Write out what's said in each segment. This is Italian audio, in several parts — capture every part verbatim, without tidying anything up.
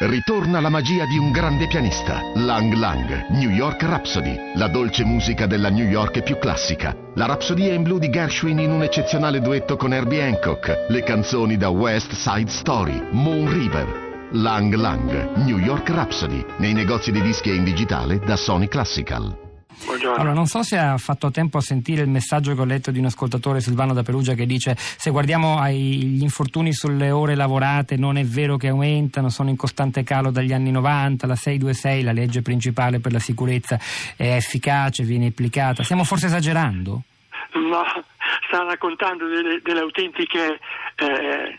Ritorna la magia di un grande pianista, Lang Lang, New York Rhapsody, la dolce musica della New York più classica. La Rapsodia in blu di Gershwin in un eccezionale duetto con Herbie Hancock, le canzoni da West Side Story, Moon River. Lang Lang, New York Rhapsody, nei negozi di dischi e in digitale da Sony Classical. Buongiorno. Allora, non so se ha fatto tempo a sentire il messaggio che ho letto di un ascoltatore, Silvano da Perugia, che dice: se guardiamo agli infortuni sulle ore lavorate non è vero che aumentano, sono in costante calo dagli anni novanta, la sei due sei, la legge principale per la sicurezza, è efficace, viene applicata. Stiamo forse esagerando? No, sta raccontando delle, delle autentiche eh...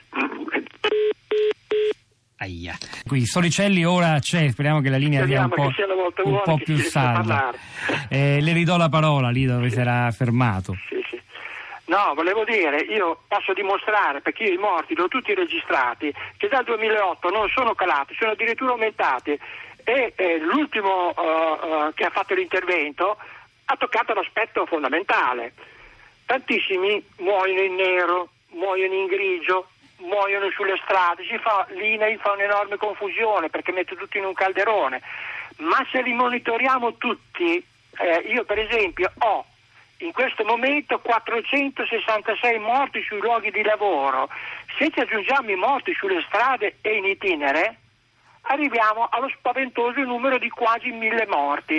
Aia. Qui Soricelli ora c'è, speriamo che la linea sia un po', un po' più salda. Eh, le ridò la parola lì dove si era fermato. Sì, sì. No, volevo dire, io posso dimostrare, perché io i morti li ho tutti registrati, che dal duemilaotto non sono calati, sono addirittura aumentati, e eh, l'ultimo uh, uh, che ha fatto l'intervento ha toccato l'aspetto fondamentale. Tantissimi muoiono in nero, muoiono in grigio, muoiono sulle strade, si fa, l'I N A I fa un'enorme confusione perché mette tutto in un calderone, ma se li monitoriamo tutti, eh, io per esempio ho in questo momento quattrocentosessantasei morti sui luoghi di lavoro, se ci aggiungiamo i morti sulle strade e in itinere arriviamo allo spaventoso numero di quasi mille morti,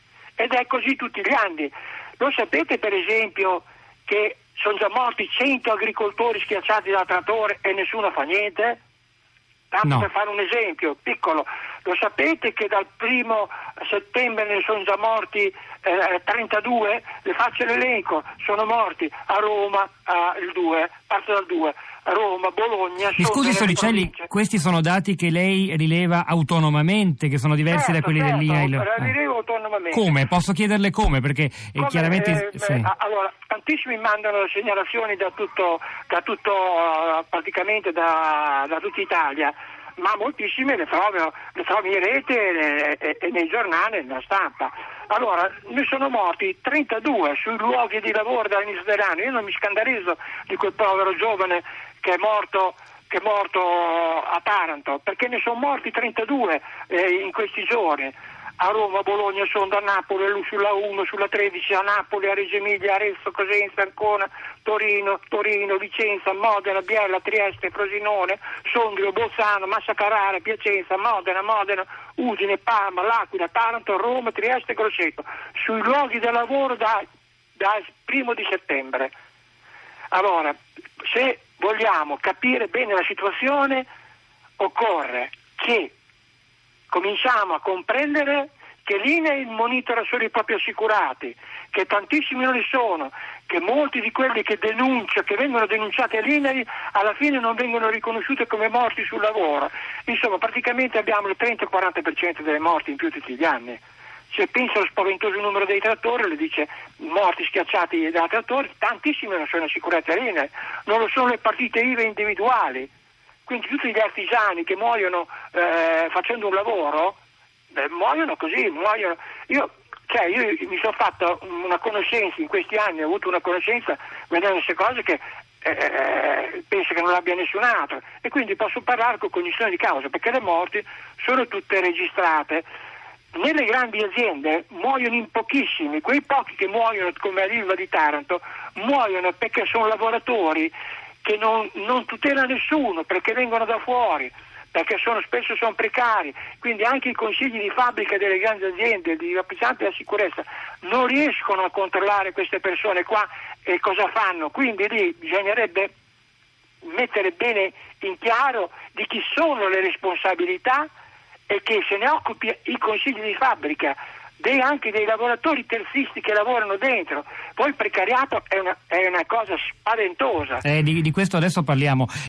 ed è così tutti gli anni. Lo sapete per esempio che sono già morti cento agricoltori schiacciati dal trattore e nessuno fa niente? Tanto No. Per fare un esempio piccolo, lo sapete che dal primo settembre ne sono già morti eh, trentadue? Le faccio l'elenco, sono morti a Roma, eh, il due, parte dal due, Roma, Bologna. Mi scusi Soricelli, questi sono dati che lei rileva autonomamente, che sono diversi certo, da quelli certo, dell'I N A I? la rilevo autonomamente. Come? Posso chiederle come? Perché Come, eh, chiaramente... eh, sì. eh, allora, tantissimi mandano segnalazioni da tutto, da tutto uh, praticamente da, da tutta Italia, ma moltissime le trovo, le trovo in rete e, e nei giornali e nella stampa. Allora, ne sono morti trentadue sui luoghi di lavoro dall'inizio dell'anno. Io non mi scandalizzo di quel povero giovane che è morto che è morto a Taranto, perché ne sono morti trentadue eh, in questi giorni. A Roma, Bologna, Sonda, a Napoli, sulla uno, sulla tredici, a Napoli, a Reggio Emilia, Arezzo, Cosenza, Ancona, Torino, Torino, Vicenza, Modena, Biella, Trieste, Frosinone, Sondrio, Bolzano, Massa Carrara, Piacenza, Modena, Modena, Udine, Parma, L'Aquila, Taranto, Roma, Trieste e Grosseto, sui luoghi del lavoro da, da primo di settembre. Allora, se vogliamo capire bene la situazione, occorre che cominciamo a comprendere che l'I N A I monitora solo i propri assicurati, che tantissimi non li sono, che molti di quelli che denuncia, che vengono denunciati all'I N A I alla fine non vengono riconosciuti come morti sul lavoro. Insomma, praticamente abbiamo il trenta quaranta per cento delle morti in più tutti gli anni. Se pensa allo spaventoso numero dei trattori, le dice morti schiacciati da trattori, tantissimi non sono assicurati all'I N A I, non lo sono le partite I V A individuali. Quindi tutti gli artigiani che muoiono eh, facendo un lavoro, eh, muoiono così, muoiono. Io, cioè, io mi sono fatto una conoscenza in questi anni, ho avuto una conoscenza vedendo queste cose che eh, penso che non l'abbia nessun altro, e quindi posso parlare con cognizione di causa, perché le morti sono tutte registrate. Nelle grandi aziende muoiono in pochissimi, quei pochi che muoiono come all'Ilva di Taranto muoiono perché sono lavoratori che non, non tutela nessuno, perché vengono da fuori, perché sono, spesso sono precari, quindi anche i consigli di fabbrica delle grandi aziende, di rappresentanti della sicurezza, non riescono a controllare queste persone qua e cosa fanno, quindi lì bisognerebbe mettere bene in chiaro di chi sono le responsabilità e che se ne occupi i consigli di fabbrica, dei, anche dei lavoratori terzisti che lavorano dentro. Poi il precariato è una, è una cosa spaventosa. Eh, di, di questo adesso parliamo.